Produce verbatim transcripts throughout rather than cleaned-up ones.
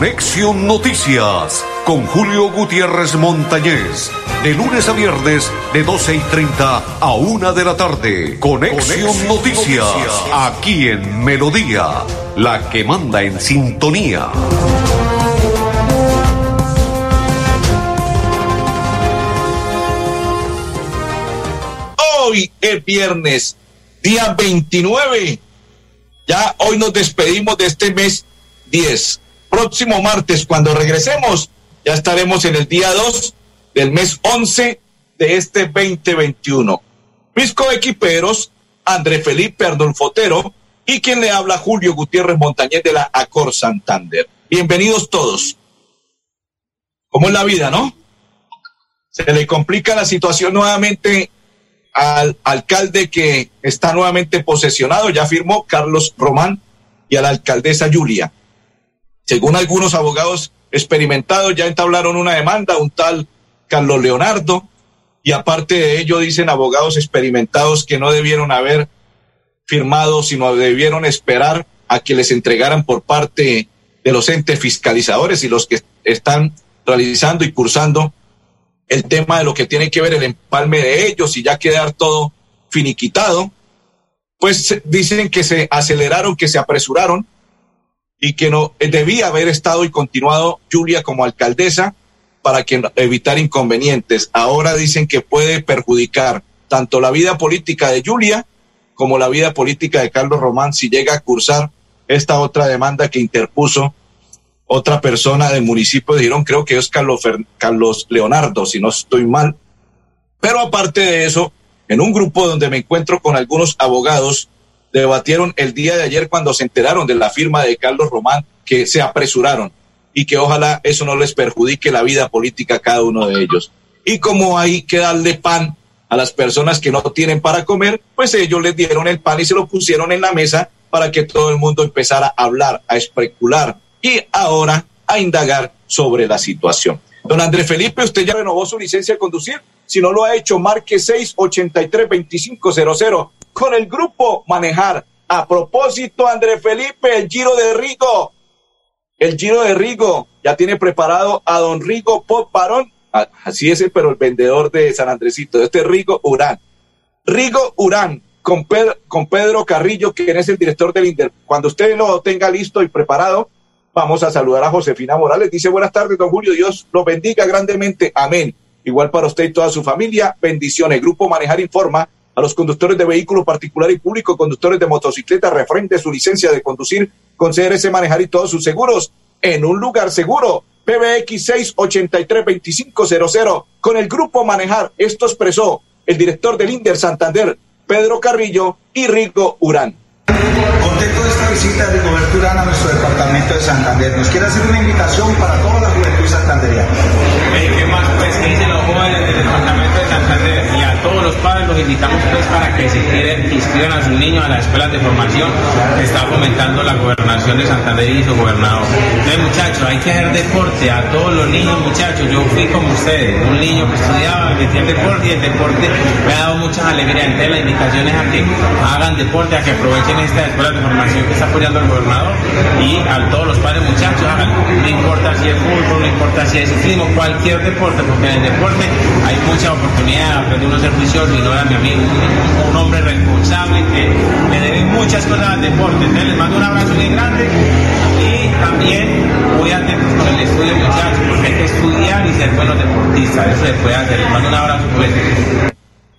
Conexión Noticias con Julio Gutiérrez Montañez. De lunes a viernes de doce y treinta a una de la tarde. Conexión, Conexión Noticias, Noticias, aquí en Melodía, la que manda en sintonía. Hoy es viernes, día veintinueve. Ya hoy nos despedimos de este mes diez. Próximo martes, cuando regresemos, ya estaremos en el día dos del mes once de este veinte veintiuno. Mis coequiperos, André Felipe Arnulfo Otero y quien le habla, Julio Gutiérrez Montañez de la Acor Santander. Bienvenidos todos. ¿Cómo es la vida, no? Se le complica la situación nuevamente al alcalde que está nuevamente posesionado, ya firmó Carlos Román, y a la alcaldesa Yulia. Según algunos abogados experimentados, ya entablaron una demanda, un tal Carlos Leonardo, y aparte de ello dicen abogados experimentados que no debieron haber firmado, sino debieron esperar a que les entregaran por parte de los entes fiscalizadores y los que están realizando y cursando el tema de lo que tiene que ver el empalme de ellos y ya quedar todo finiquitado. Pues dicen que se aceleraron, que se apresuraron y que no debía haber estado y continuado Yulia como alcaldesa para que evitar inconvenientes. Ahora dicen que puede perjudicar tanto la vida política de Yulia como la vida política de Carlos Román si llega a cursar esta otra demanda que interpuso otra persona del municipio de Girón, creo que es Carlos, Fer- Carlos Leonardo, si no estoy mal. Pero aparte de eso, en un grupo donde me encuentro con algunos abogados, debatieron el día de ayer cuando se enteraron de la firma de Carlos Román, que se apresuraron y que ojalá eso no les perjudique la vida política a cada uno de ellos. Y como hay que darle pan a las personas que no tienen para comer, pues ellos les dieron el pan y se lo pusieron en la mesa para que todo el mundo empezara a hablar, a especular y ahora a indagar sobre la situación. Don Andrés Felipe, usted ya renovó su licencia de conducir. Si no lo ha hecho, marque seis ochenta y tres veinticinco cero cero con el grupo Manejar. A propósito, Andrés Felipe, el Giro de Rigo. El Giro de Rigo ya tiene preparado a don Rigo Potparón. Así es, pero el vendedor de San Andresito. Este es Rigo Urán. Rigo Urán. Con Pedro, con Pedro Carrillo, quien es el director del INDER. Cuando usted lo tenga listo y preparado, vamos a saludar a Josefina Morales. Dice, buenas tardes, don Julio, Dios los bendiga grandemente. Amén. Igual para usted y toda su familia, bendiciones. Grupo Manejar informa a los conductores de vehículos particular y público, conductores de motocicleta, referente su licencia de conducir con C R S Manejar y todos sus seguros en un lugar seguro. P B X seis ochenta y tres veinticinco cero cero con el Grupo Manejar. Esto expresó el director del INDER Santander, Pedro Carrillo y Rigo Urán. Contento de esta visita de Rigoberto Urán a nuestro departamento de Santander. Nos quiere hacer una invitación para toda la juventud santandereana. Hey, ¿qué más? Pues que dicen los jóvenes del departamento de Santander y a todos los padres los invitamos pues para que se quieren, inscriban a sus niños a las escuelas de formación que está fomentando la gobernación de Santander y su gobernador. Entonces, muchachos, hay que hacer deporte a todos los niños, muchachos. Yo fui como ustedes, un niño que estudiaba, metía el deporte y el deporte me ha dado muchas alegrías. Entonces, la invitación es a que hagan deporte, a que aprovechen esta escuela de formación que está apoyando el gobernador y a todos los padres, muchachos, hagan. No importa si es fútbol, no importa si es ciclismo, cualquier deporte, porque en el deporte hay mucha oportunidad de aprender uno a ser juicioso y no era mi amigo, un, un hombre responsable que le debe muchas cosas al deporte. Entonces les mando un abrazo muy grande y también muy atentos con el estudio, muchachos, porque hay que estudiar y ser buenos deportistas, eso se puede hacer. Les mando un abrazo fuerte.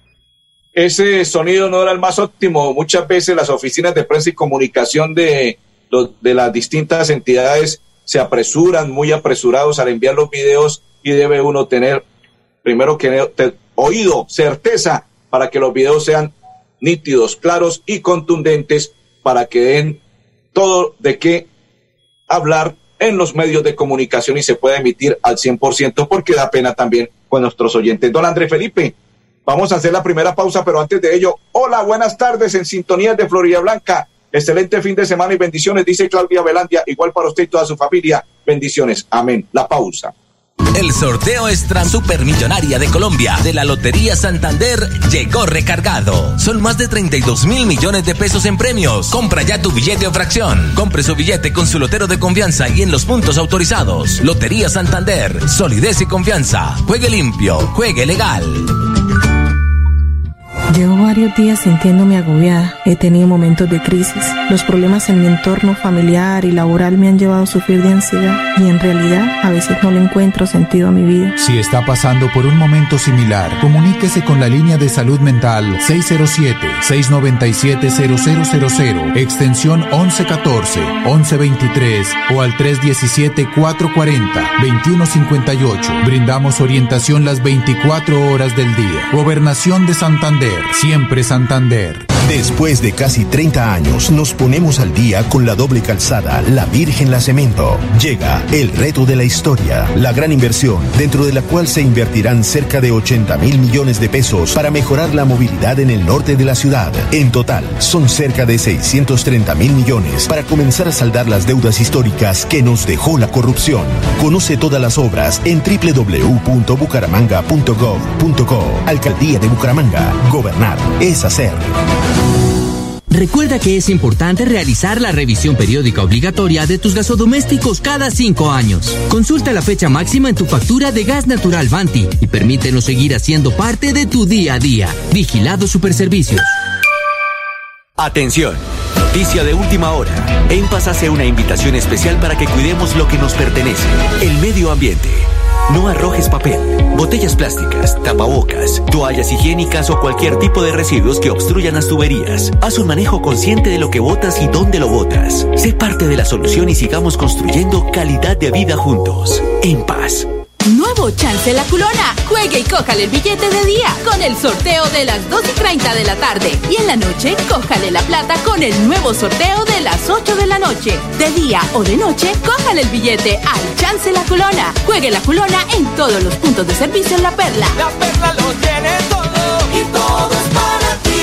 Ese sonido no era el más óptimo. Muchas veces las oficinas de prensa y comunicación de, los, de las distintas entidades se apresuran, muy apresurados al enviar los videos y debe uno tener, primero que te, oído, certeza, para que los videos sean nítidos, claros y contundentes, para que den todo de qué hablar en los medios de comunicación y se pueda emitir al cien por ciento, porque da pena también con nuestros oyentes. Don Andrés Felipe, vamos a hacer la primera pausa, pero antes de ello, hola, buenas tardes en sintonía de Florida Blanca. Excelente fin de semana y bendiciones, dice Claudia Velandia. Igual para usted y toda su familia, bendiciones. Amén. La pausa. El sorteo extra supermillonaria de Colombia de la Lotería Santander llegó recargado. Son más de treinta y dos mil millones de pesos en premios. Compra ya tu billete o fracción. Compre su billete con su lotero de confianza y en los puntos autorizados. Lotería Santander, solidez y confianza. Juegue limpio, juegue legal. Llevo varios días sintiéndome agobiada. He tenido momentos de crisis. Los problemas en mi entorno familiar y laboral me han llevado a sufrir de ansiedad y en realidad a veces no le encuentro sentido a mi vida. Si está pasando por un momento similar, comuníquese con la línea de salud mental seis cero siete, seis nueve siete, cero cero cero cero, extensión once catorce, once veintitrés o al tres diecisiete, cuatro cuarenta, veintiuno cincuenta y ocho. Brindamos orientación las veinticuatro horas del día. Gobernación de Santander. Siempre Santander. Después de casi treinta años, nos ponemos al día con la doble calzada La Virgen La Cemento. Llega el reto de la historia, la gran inversión, dentro de la cual se invertirán cerca de ochenta mil millones de pesos para mejorar la movilidad en el norte de la ciudad. En total, son cerca de seiscientos treinta mil millones para comenzar a saldar las deudas históricas que nos dejó la corrupción. Conoce todas las obras en doble u doble u doble u punto bucaramanga punto gov punto co. Alcaldía de Bucaramanga. Gobernar es hacer. Recuerda que es importante realizar la revisión periódica obligatoria de tus gasodomésticos cada cinco años. Consulta la fecha máxima en tu factura de gas natural Vanti y permítenos seguir haciendo parte de tu día a día. Vigilado Superservicios. Atención, noticia de última hora. En Paz hace una invitación especial para que cuidemos lo que nos pertenece, el medio ambiente. No arrojes papel, botellas plásticas, tapabocas, toallas higiénicas o cualquier tipo de residuos que obstruyan las tuberías. Haz un manejo consciente de lo que botas y dónde lo botas. Sé parte de la solución y sigamos construyendo calidad de vida juntos. En Paz. Nuevo Chance La Culona. Juegue y cójale el billete de día con el sorteo de las dos y treinta de la tarde. Y en la noche, cójale la plata con el nuevo sorteo de las ocho de la noche. De día o de noche, cójale el billete al Chance La Culona. Juegue La Culona en todos los puntos de servicio en La Perla. La Perla lo tiene todo y todo es para ti.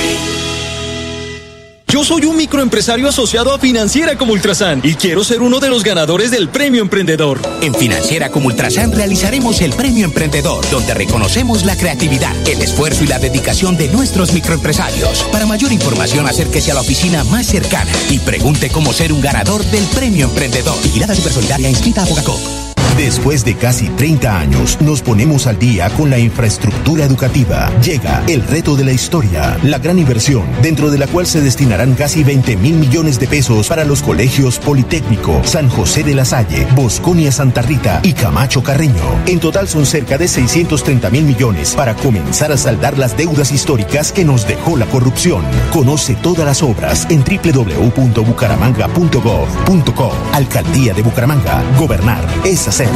Yo soy un microempresario asociado a Financiera como Ultrasan y quiero ser uno de los ganadores del Premio Emprendedor. En Financiera como Ultrasan realizaremos el Premio Emprendedor, donde reconocemos la creatividad, el esfuerzo y la dedicación de nuestros microempresarios. Para mayor información, acérquese a la oficina más cercana y pregunte cómo ser un ganador del Premio Emprendedor. Vigilada Supersolidaria inscrita a Fogacop. Después de casi treinta años, nos ponemos al día con la infraestructura educativa. Llega el reto de la historia, la gran inversión, dentro de la cual se destinarán casi veinte mil millones de pesos para los colegios Politécnico, San José de la Salle, Bosconia Santa Rita y Camacho Carreño. En total son cerca de seiscientos treinta mil millones para comenzar a saldar las deudas históricas que nos dejó la corrupción. Conoce todas las obras en doble u doble u doble u punto bucaramanga punto gov punto co. Alcaldía de Bucaramanga. Gobernar es hacer.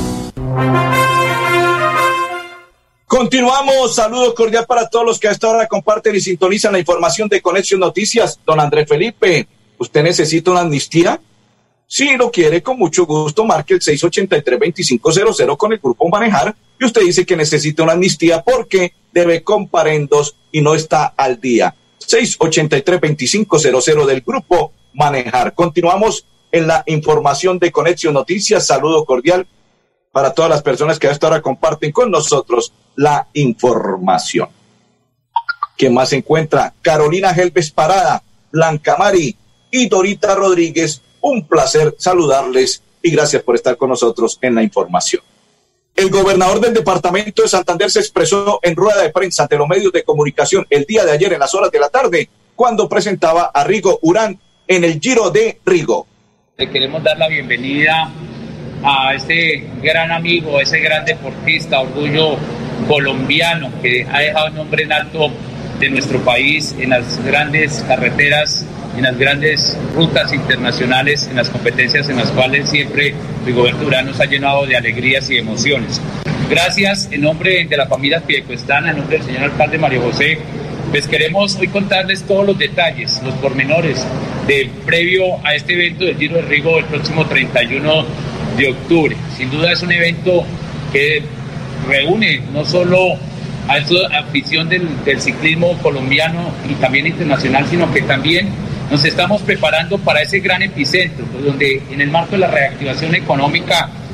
Continuamos, saludos cordial para todos los que a esta hora comparten y sintonizan la información de Conexión Noticias. Don Andrés Felipe, ¿usted necesita una amnistía? Si lo quiere, con mucho gusto, marque el seis ocho tres, dos cinco cero cero con el Grupo Manejar y usted dice que necesita una amnistía porque debe comparendos y no está al día. seis ocho tres, dos cinco cero cero del Grupo Manejar. Continuamos en la información de Conexión Noticias. Saludo cordial para todas las personas que a esta hora comparten con nosotros la información. ¿Quién más se encuentra? Carolina Helves Parada, Blanca Mari y Dorita Rodríguez. Un placer saludarles y gracias por estar con nosotros en la información. El gobernador del departamento de Santander se expresó en rueda de prensa ante los medios de comunicación el día de ayer en las horas de la tarde cuando presentaba a Rigo Urán en el Giro de Rigo. Le queremos dar la bienvenida a este gran amigo, a ese gran deportista, orgullo colombiano que ha dejado el nombre en alto de nuestro país en las grandes carreteras, en las grandes rutas internacionales, en las competencias en las cuales siempre Rigoberto Urán nos ha llenado de alegrías y emociones. Gracias en nombre de la familia Piedecuestana, en nombre del señor alcalde Mario José, pues queremos hoy contarles todos los detalles, los pormenores del previo a este evento del Giro de Rigo el próximo treinta y uno de octubre. Sin duda es un evento que reúne no solo a la afición del, del ciclismo colombiano y también internacional, sino que también nos estamos preparando para ese gran epicentro, pues donde en el marco de la reactivación económica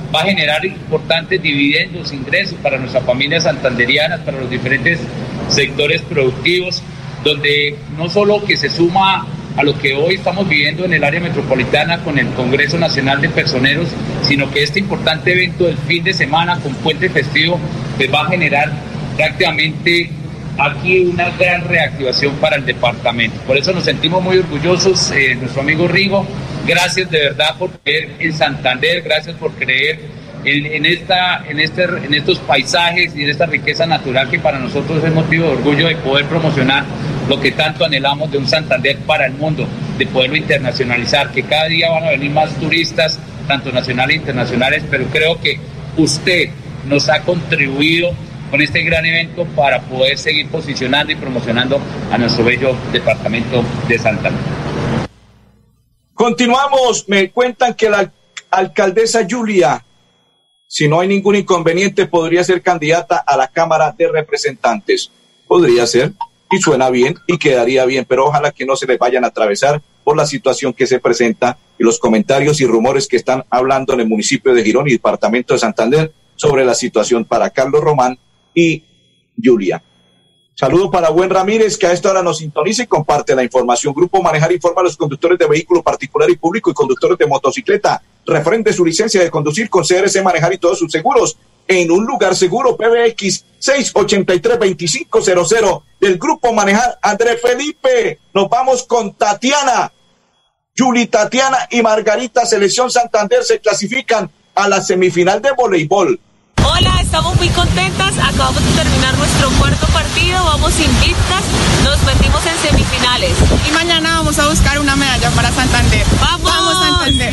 va a generar importantes dividendos, ingresos para nuestras familias santanderianas, para los diferentes sectores productivos, donde no solo que se suma a lo que hoy estamos viviendo en el área metropolitana con el Congreso Nacional de Personeros, sino que este importante evento del fin de semana con puente festivo pues va a generar prácticamente aquí una gran reactivación para el departamento. Por eso nos sentimos muy orgullosos, eh, nuestro amigo Rigo, gracias de verdad por creer en Santander, gracias por creer en, en, esta, en, este, en estos paisajes y en esta riqueza natural que para nosotros es motivo de orgullo de poder promocionar lo que tanto anhelamos de un Santander para el mundo, de poderlo internacionalizar, que cada día van a venir más turistas, tanto nacionales e internacionales, pero creo que usted nos ha contribuido con este gran evento para poder seguir posicionando y promocionando a nuestro bello departamento de Santander. Continuamos, me cuentan que la alcaldesa Julia, si no hay ningún inconveniente, podría ser candidata a la Cámara de Representantes. Podría ser, y suena bien, y quedaría bien, pero ojalá que no se les vayan a atravesar por la situación que se presenta y los comentarios y rumores que están hablando en el municipio de Girón y departamento de Santander sobre la situación para Carlos Román y Julia. Saludo para Buen Ramírez, que a esta hora nos sintoniza y comparte la información. Grupo Manejar informa a los conductores de vehículo particular y público y conductores de motocicleta referente su licencia de conducir con C R C Manejar y todos sus seguros en un lugar seguro. P B X seis ochenta y tres veinticinco cero cero del Grupo Manejar. Andrés Felipe, nos vamos con Tatiana. Juli, Tatiana y Margarita, Selección Santander, se clasifican a la semifinal de voleibol. Hola, estamos muy contentas, acabamos de terminar nuestro cuarto partido, vamos invictas, nos metimos en semifinales. Y mañana vamos a buscar una medalla para Santander. ¡Vamos! ¡Vamos Santander!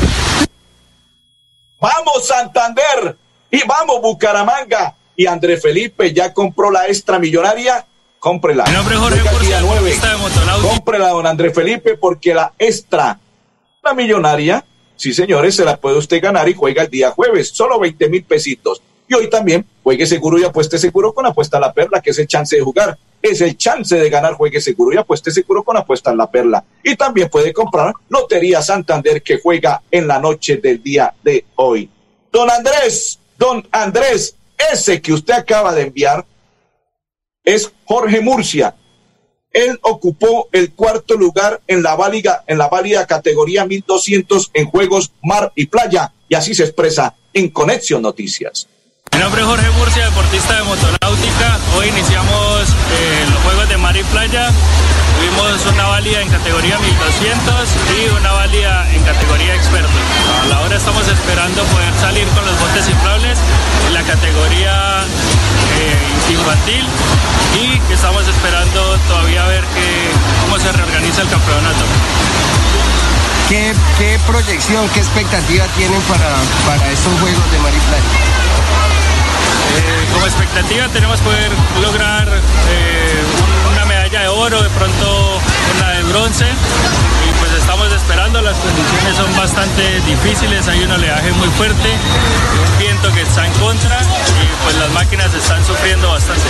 ¡Vamos Santander! Y vamos Bucaramanga. Y Andrés Felipe ya compró la extra millonaria. Cómprela. Mi nombre es Jorge Murcia, deportista de Motonauta. Cómprela, don Andrés Felipe, porque la extra, la millonaria, sí, señores, se la puede usted ganar y juega el día jueves, solo veinte mil pesitos. Y hoy también juegue seguro y apueste seguro con Apuesta a la Perla, que es el chance de jugar, es el chance de ganar. Juegue seguro y apueste seguro con Apuesta a la Perla. Y también puede comprar Lotería Santander, que juega en la noche del día de hoy. Don Andrés, don Andrés, ese que usted acaba de enviar es Jorge Murcia. Él ocupó el cuarto lugar en la válida, en la válida categoría mil doscientos en juegos mar y playa, y así se expresa en Conexión Noticias. Mi nombre es Jorge Murcia, deportista de motonáutica. Hoy iniciamos eh, los juegos de mar y playa. Tuvimos una válida en categoría mil doscientos y una válida en categoría experto. A la hora estamos esperando poder salir con los botes inflables en la categoría eh, infantil, y estamos esperando todavía ver que, cómo se reorganiza el campeonato. ¿Qué, qué proyección, qué expectativa tienen para, para estos juegos de mar y playa? Eh, como expectativa tenemos poder lograr eh, una medalla de oro, de pronto una de bronce, y pues estamos esperando. Las condiciones son bastante difíciles, hay un oleaje muy fuerte, un viento que está en contra, y pues las máquinas están sufriendo bastante.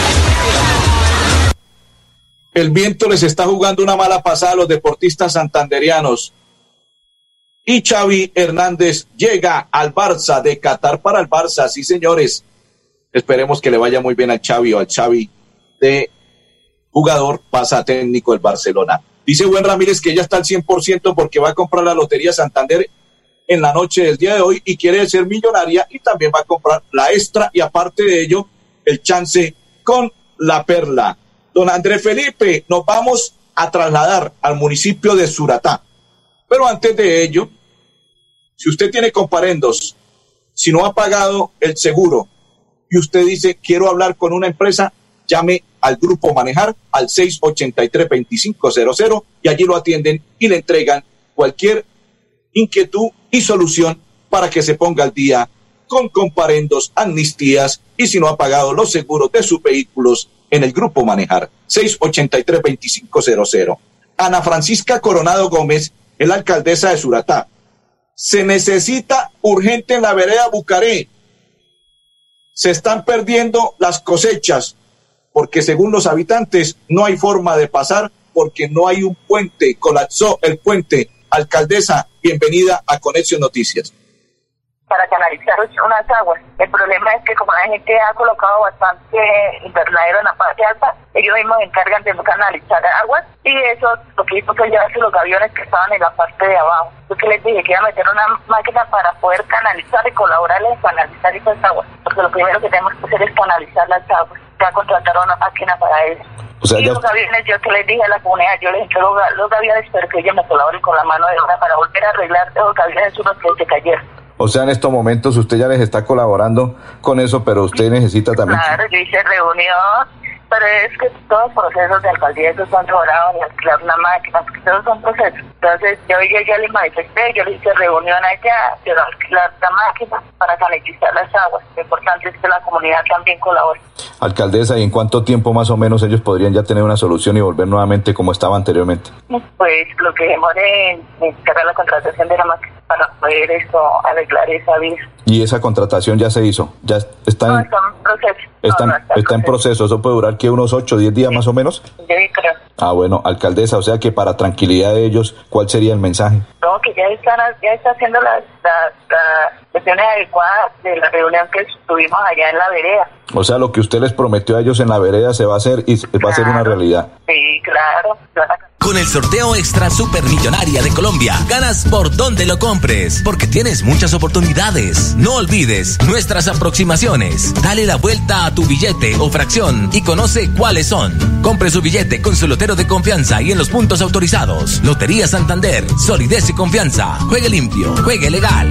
El viento les está jugando una mala pasada a los deportistas santanderianos. Y Xavi Hernández llega al Barça, de Qatar para el Barça, sí señores. Esperemos que le vaya muy bien al Xavi o al Xavi de jugador, pasa a técnico del Barcelona. Dice Buen Ramírez que ya está al cien por ciento porque va a comprar la Lotería Santander en la noche del día de hoy y quiere ser millonaria, y también va a comprar la extra y aparte de ello el chance con la Perla. Don Andrés Felipe, nos vamos a trasladar al municipio de Suratá. Pero antes de ello, si usted tiene comparendos, si no ha pagado el seguro y usted dice quiero hablar con una empresa, llame al Grupo Manejar al seis ochenta y tres veinticinco cero cero y allí lo atienden y le entregan cualquier inquietud y solución para que se ponga al día con comparendos, amnistías y si no ha pagado los seguros de sus vehículos en el Grupo Manejar. seis ochenta y tres veinticinco cero cero. Ana Francisca Coronado Gómez es la alcaldesa de Suratá. Se necesita urgente en la vereda Bucaré. Se están perdiendo las cosechas porque según los habitantes no hay forma de pasar porque no hay un puente, colapsó el puente. Alcaldesa, bienvenida a Conexión Noticias. para canalizar unas aguas. El problema es que como la gente ha colocado bastante invernadero en la parte alta, ellos mismos se encargan de canalizar aguas y eso lo que hizo fue llevarse los gaviones que estaban en la parte de abajo. Yo que les dije que iba a meter una máquina para poder canalizar y colaborarles en canalizar esas aguas, porque lo primero que tenemos que hacer es canalizar las aguas. Ya contrataron una máquina para eso. O sea, y ya... los gaviones, yo que les dije a la comunidad, yo les entrego los gaviones, pero que ellos me colaboren con la mano de obra para volver a arreglar los gaviones unos que se cayeron. O sea, en estos momentos usted ya les está colaborando con eso, pero usted necesita también... Claro, yo hice reunión, pero es que todos los procesos de alcaldía, esos son demorados, ni alquilar una máquina, porque todos son procesos. Entonces, yo ya, ya les manifesté, yo les hice reunión allá, quiero alquilar la máquina para canalizar las aguas. Lo importante es que la comunidad también colabore. Alcaldesa, ¿y en cuánto tiempo más o menos ellos podrían ya tener una solución y volver nuevamente como estaba anteriormente? Pues lo que demore en, en sacar la contratación de la máquina para poder esto, arreglar esa vía. ¿Y esa contratación ya se hizo? ¿Ya está en, no, está en proceso? Está, no, no, está, está en proceso. ¿Eso puede durar, qué, unos ocho o diez días sí. más o menos? Sí, creo. Ah, bueno, alcaldesa, o sea que para tranquilidad de ellos, ¿cuál sería el mensaje? No, que ya están ya está haciendo las, las, las cuestiones adecuadas de la reunión que tuvimos allá en la vereda. O sea, lo que usted les prometió a ellos en la vereda se va a hacer y va claro. a ser una realidad. Sí, claro. Con el sorteo extra supermillonaria de Colombia, ganas por donde lo compres, porque tienes muchas oportunidades. No olvides nuestras aproximaciones. Dale la vuelta a tu billete o fracción y conoce cuáles son. Compre su billete con su lotero de confianza y en los puntos autorizados. Lotería Santander, solidez y confianza. Juegue limpio, juegue legal.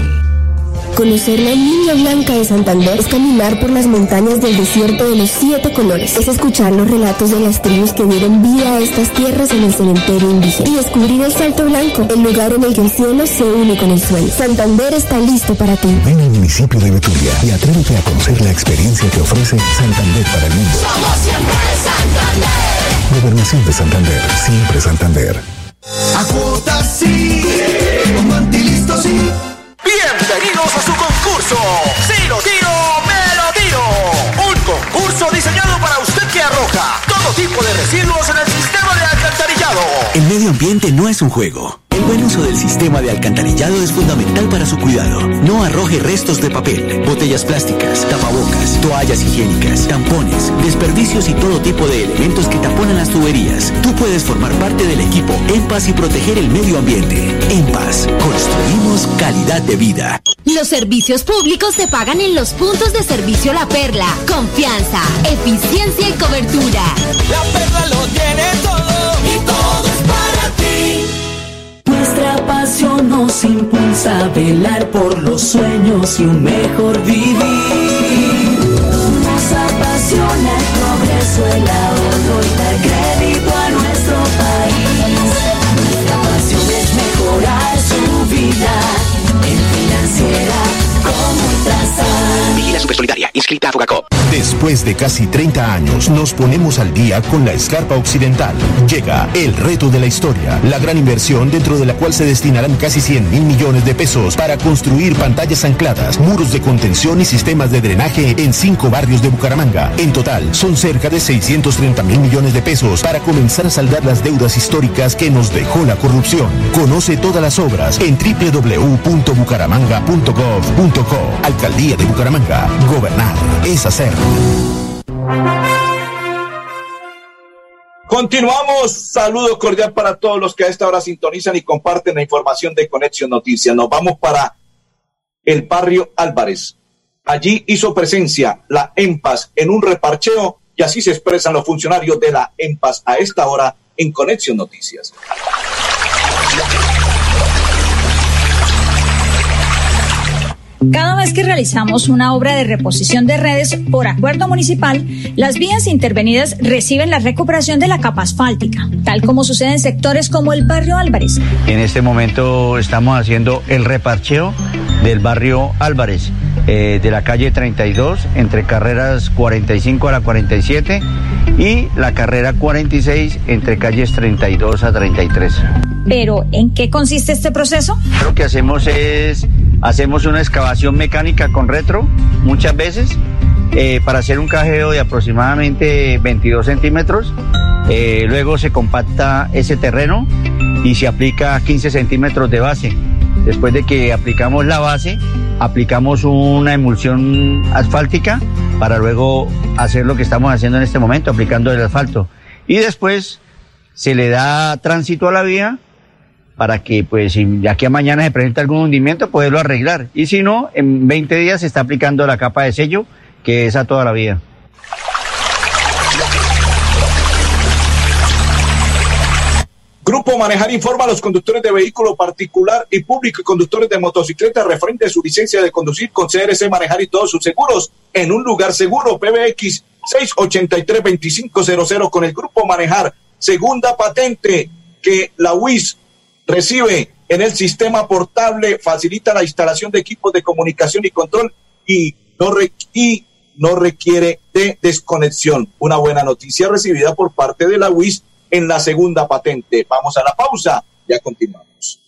Conocer la línea blanca de Santander es caminar por las montañas del desierto de los siete colores. Es escuchar los relatos de las tribus que dieron vida a estas tierras en el cementerio indígena. Y descubrir el Salto Blanco, el lugar en el que el cielo se une con el suelo. Santander está listo para ti. Ven al municipio de Betulia y atrévete a conocer la experiencia que ofrece Santander para el mundo. Somos siempre Santander. Gobernación de Santander, siempre Santander. A cuotas sí, con mantilista sí. Bienvenidos a su concurso. Si lo tiro, me lo tiro. Un concurso diseñado para usted que arroja todo tipo de residuos en el sistema de alcantarillado. El medio ambiente no es un juego. El buen uso del sistema de alcantarillado es fundamental para su cuidado. No arroje restos de papel, botellas plásticas, tapabocas, toallas higiénicas, tampones, desperdicios y todo tipo de elementos que taponan las tuberías. Tú puedes formar parte del equipo En Paz y proteger el medio ambiente. En Paz, construimos calidad de vida. Los servicios públicos se pagan en los puntos de servicio La Perla. Confianza, eficiencia y cobertura. La Perla lo tiene todo y todo es para ti. Nuestra pasión nos impulsa a velar por los sueños y un mejor vivir. Nos apasiona el progreso, el ahorro y dar crédito a nuestro país. Nuestra pasión es mejorar su vida en Financiera como Ultrasan. Vigila Supersolidaria, inscrita a Fogacop. Después de casi treinta años, nos ponemos al día con la Escarpa Occidental. Llega el reto de la historia, la gran inversión dentro de la cual se destinarán casi cien mil millones de pesos para construir pantallas ancladas, muros de contención y sistemas de drenaje en cinco barrios de Bucaramanga. En total, son cerca de seiscientos treinta mil millones de pesos para comenzar a saldar las deudas históricas que nos dejó la corrupción. Conoce todas las obras en doble u doble u doble u punto bucaramanga punto gov punto co. Alcaldía de Bucaramanga. Gobernar es hacer. Continuamos. Saludo cordial para todos los que a esta hora sintonizan y comparten la información de Conexión Noticias. Nos vamos para el barrio Álvarez. Allí hizo presencia la EMPAS en un reparcheo y así se expresan los funcionarios de la EMPAS a esta hora en Conexión Noticias. Cada vez que realizamos una obra de reposición de redes por acuerdo municipal, las vías intervenidas reciben la recuperación de la capa asfáltica, tal como sucede en sectores como el barrio Álvarez. En este momento estamos haciendo el reparcheo del barrio Álvarez, eh, de la calle treinta y dos, entre carreras cuarenta y cinco a la cuarenta y siete y la carrera cuarenta y seis, entre calles treinta y dos a treinta y tres. ¿Pero en qué consiste este proceso? Lo que hacemos es, hacemos una excavación mecánica con retro, muchas veces, eh, para hacer un cajeo de aproximadamente veintidós centímetros. Eh, luego se compacta ese terreno y se aplica quince centímetros de base. después de que aplicamos la base, aplicamos una emulsión asfáltica para luego hacer lo que estamos haciendo en este momento, aplicando el asfalto. Y después se le da tránsito a la vía para que, pues, si de aquí a mañana se presenta algún hundimiento, poderlo arreglar. Y si no, en veinte días se está aplicando la capa de sello, que es a toda la vía. Grupo Manejar informa a los conductores de vehículo particular y público y conductores de motocicletas referente a su licencia de conducir con C R C Manejar y todos sus seguros en un lugar seguro. P B X seis ocho tres, dos cinco cero cero con el Grupo Manejar. Segunda patente que la U I S recibe en el sistema portable, facilita la instalación de equipos de comunicación y control y no, re- y no requiere de desconexión. Una buena noticia recibida por parte de la U I S en la segunda patente. Vamos a la pausa, ya continuamos.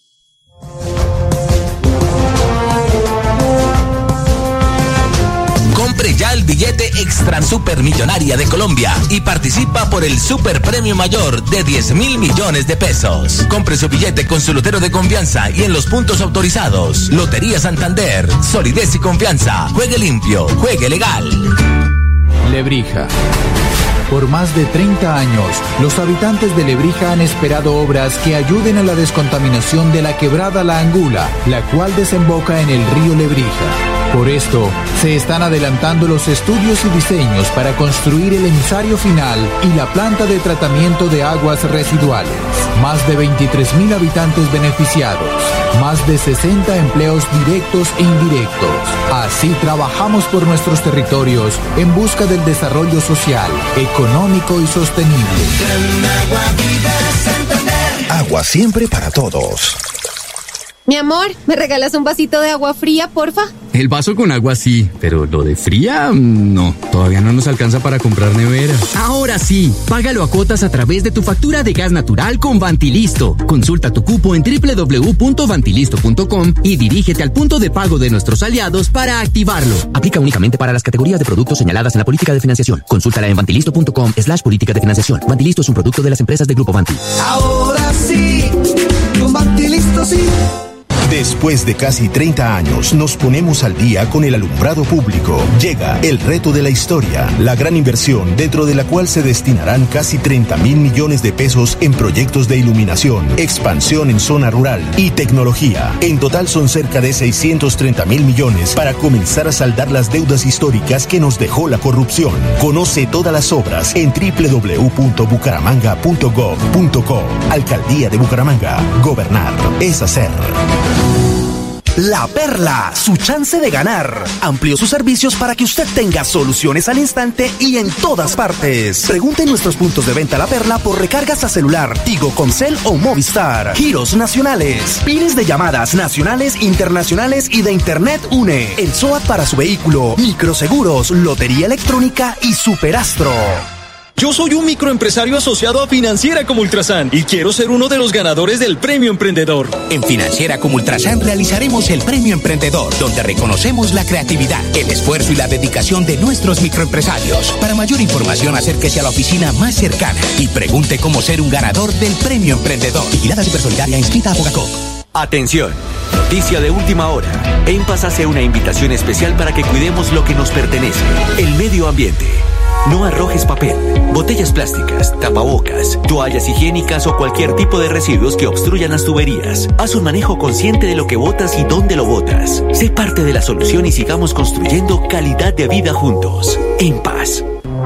Compre ya el billete Extra Supermillonaria de Colombia y participa por el Super Premio Mayor de diez mil millones de pesos. Compre su billete con su lotero de confianza y en los puntos autorizados. Lotería Santander, solidez y confianza. Juegue limpio, juegue legal. Lebrija. Por más de treinta años, los habitantes de Lebrija han esperado obras que ayuden a la descontaminación de la quebrada La Angula, la cual desemboca en el río Lebrija. Por esto, se están adelantando los estudios y diseños para construir el emisario final y la planta de tratamiento de aguas residuales. Más de veintitrés mil habitantes beneficiados, más de sesenta empleos directos e indirectos. Así trabajamos por nuestros territorios en busca del desarrollo social, económico y sostenible. Agua siempre para todos. Mi amor, ¿me regalas un vasito de agua fría, porfa? El vaso con agua sí, pero lo de fría, no. Todavía no nos alcanza para comprar nevera. Ahora sí, págalo a cuotas a través de tu factura de gas natural con Vantilisto. Consulta tu cupo en doble u doble u doble u punto vantilisto punto com y dirígete al punto de pago de nuestros aliados para activarlo. Aplica únicamente para las categorías de productos señaladas en la política de financiación. Consúltala en vantilisto punto com slash política de financiación. Vantilisto es un producto de las empresas de Grupo Vanti. Ahora sí, con Vantilisto sí. Después de casi treinta años, nos ponemos al día con el alumbrado público. Llega el reto de la historia, la gran inversión dentro de la cual se destinarán casi treinta mil millones de pesos en proyectos de iluminación, expansión en zona rural y tecnología. En total son cerca de seiscientos treinta mil millones para comenzar a saldar las deudas históricas que nos dejó la corrupción. Conoce todas las obras en doble u doble u doble u punto bucaramanga punto gov punto co. Alcaldía de Bucaramanga. Gobernar es hacer. La Perla, su chance de ganar. Amplió sus servicios para que usted tenga soluciones al instante y en todas partes. Pregunte en nuestros puntos de venta La Perla por recargas a celular, Tigo, Comcel o Movistar. Giros nacionales, pines de llamadas nacionales, internacionales y de Internet UNE. El SOAT para su vehículo, microseguros, lotería electrónica y Superastro. Yo soy un microempresario asociado a Financiera como Ultrasan y quiero ser uno de los ganadores del Premio Emprendedor. En Financiera como Ultrasan realizaremos el Premio Emprendedor, donde reconocemos la creatividad, el esfuerzo y la dedicación de nuestros microempresarios. Para mayor información, acérquese a la oficina más cercana y pregunte cómo ser un ganador del Premio Emprendedor. Vigilada Supersolidaria inscrita a Fogacop. Atención, noticia de última hora. En Paz hace una invitación especial para que cuidemos lo que nos pertenece, el medio ambiente. No arrojes papel, botellas plásticas, tapabocas, toallas higiénicas o cualquier tipo de residuos que obstruyan las tuberías. Haz un manejo consciente de lo que botas y dónde lo botas. Sé parte de la solución y sigamos construyendo calidad de vida juntos. En Paz.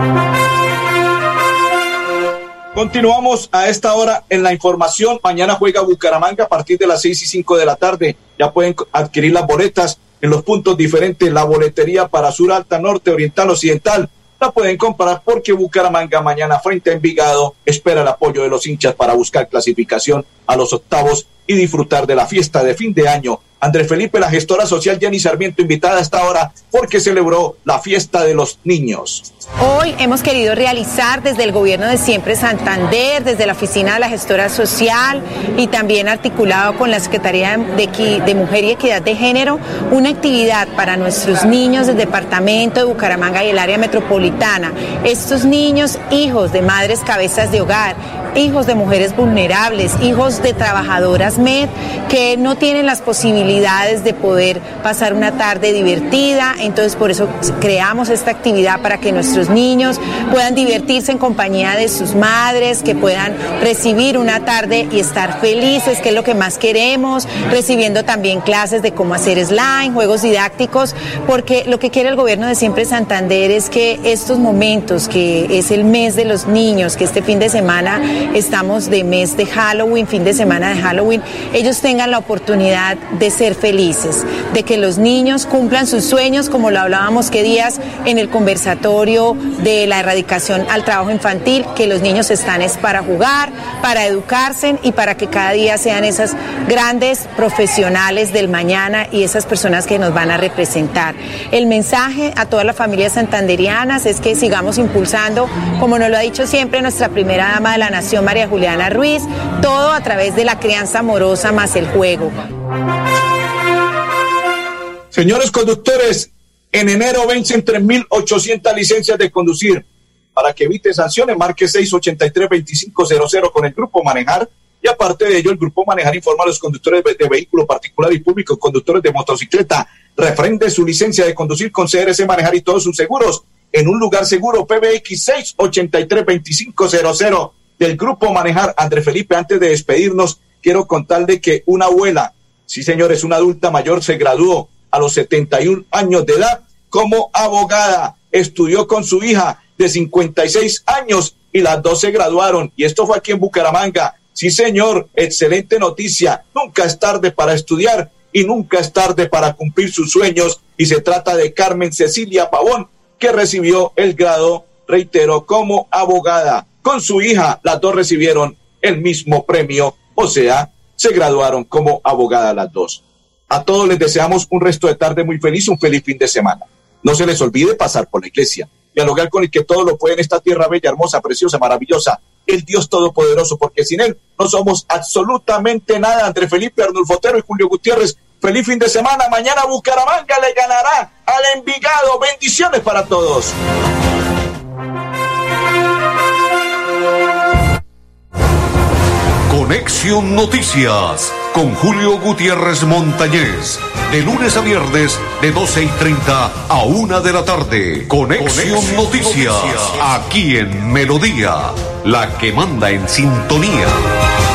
Continuamos a esta hora en la información. Mañana juega Bucaramanga a partir de las seis y cinco de la tarde. Ya pueden adquirir las boletas en los puntos diferentes. La boletería para Sur, Alta, Norte, Oriental, Occidental. La pueden comprar porque Bucaramanga mañana frente a Envigado espera el apoyo de los hinchas para buscar clasificación a los octavos y disfrutar de la fiesta de fin de año. Andrés Felipe, la gestora social Jenny Sarmiento, invitada a esta hora porque celebró la fiesta de los niños. Hoy hemos querido realizar desde el gobierno de Siempre Santander, desde la oficina de la gestora social y también articulado con la Secretaría de, de Mujer y Equidad de Género, una actividad para nuestros niños del departamento de Bucaramanga y el área metropolitana. Estos niños, hijos de madres cabezas de hogar, hijos de mujeres vulnerables, hijos de trabajadoras M E D que no tienen las posibilidades de poder pasar una tarde divertida. Entonces por eso creamos esta actividad para que nuestros niños puedan divertirse en compañía de sus madres, que puedan recibir una tarde y estar felices, que es lo que más queremos, recibiendo también clases de cómo hacer slime, juegos didácticos, porque lo que quiere el gobierno de Siempre Santander es que estos momentos, que es el mes de los niños, que este fin de semana estamos de mes de Halloween, fin de semana de Halloween, ellos tengan la oportunidad de ser felices, de que los niños cumplan sus sueños, como lo hablábamos que días en el conversatorio de la erradicación al trabajo infantil, que los niños están es para jugar, para educarse y para que cada día sean esas grandes profesionales del mañana y esas personas que nos van a representar. El mensaje a todas las familias santanderianas es que sigamos impulsando, como nos lo ha dicho siempre nuestra primera dama de la nación, María Juliana Ruiz, todo a través de la crianza amorosa más el juego. Señores conductores, en enero vencen tres mil ochocientas licencias de conducir. Para que evite sanciones, marque seis ocho tres, dos cinco cero cero con el Grupo Manejar. Y aparte de ello, el Grupo Manejar informa a los conductores de vehículo particular y público, conductores de motocicleta, refrende su licencia de conducir con C R C Manejar y todos sus seguros en un lugar seguro. P B X seis ocho tres, dos cinco cero cero del Grupo Manejar. André Felipe, antes de despedirnos, quiero contarle que una abuela, sí señores, una adulta mayor, se graduó a los setenta y un años de edad como abogada. Estudió con su hija de cincuenta y seis años y las dos se graduaron. Y esto fue aquí en Bucaramanga. Sí, señor, excelente noticia. Nunca es tarde para estudiar y nunca es tarde para cumplir sus sueños. Y se trata de Carmen Cecilia Pavón, que recibió el grado, reitero, como abogada. Con su hija, las dos recibieron el mismo premio, o sea, se graduaron como abogada las dos. A todos les deseamos un resto de tarde muy feliz, un feliz fin de semana. No se les olvide pasar por la iglesia, dialogar con el que todo lo puede en esta tierra bella, hermosa, preciosa, maravillosa, el Dios Todopoderoso, porque sin Él no somos absolutamente nada. André Felipe, Arnulfo Otero y Julio Gutiérrez, feliz fin de semana. Mañana Bucaramanga le ganará al Envigado. Bendiciones para todos. Conexión Noticias con Julio Gutiérrez Montañez. De lunes a viernes, de doce y treinta a una de la tarde. Conexión, Conexión Noticias, Noticias, aquí en Melodía, la que manda en sintonía.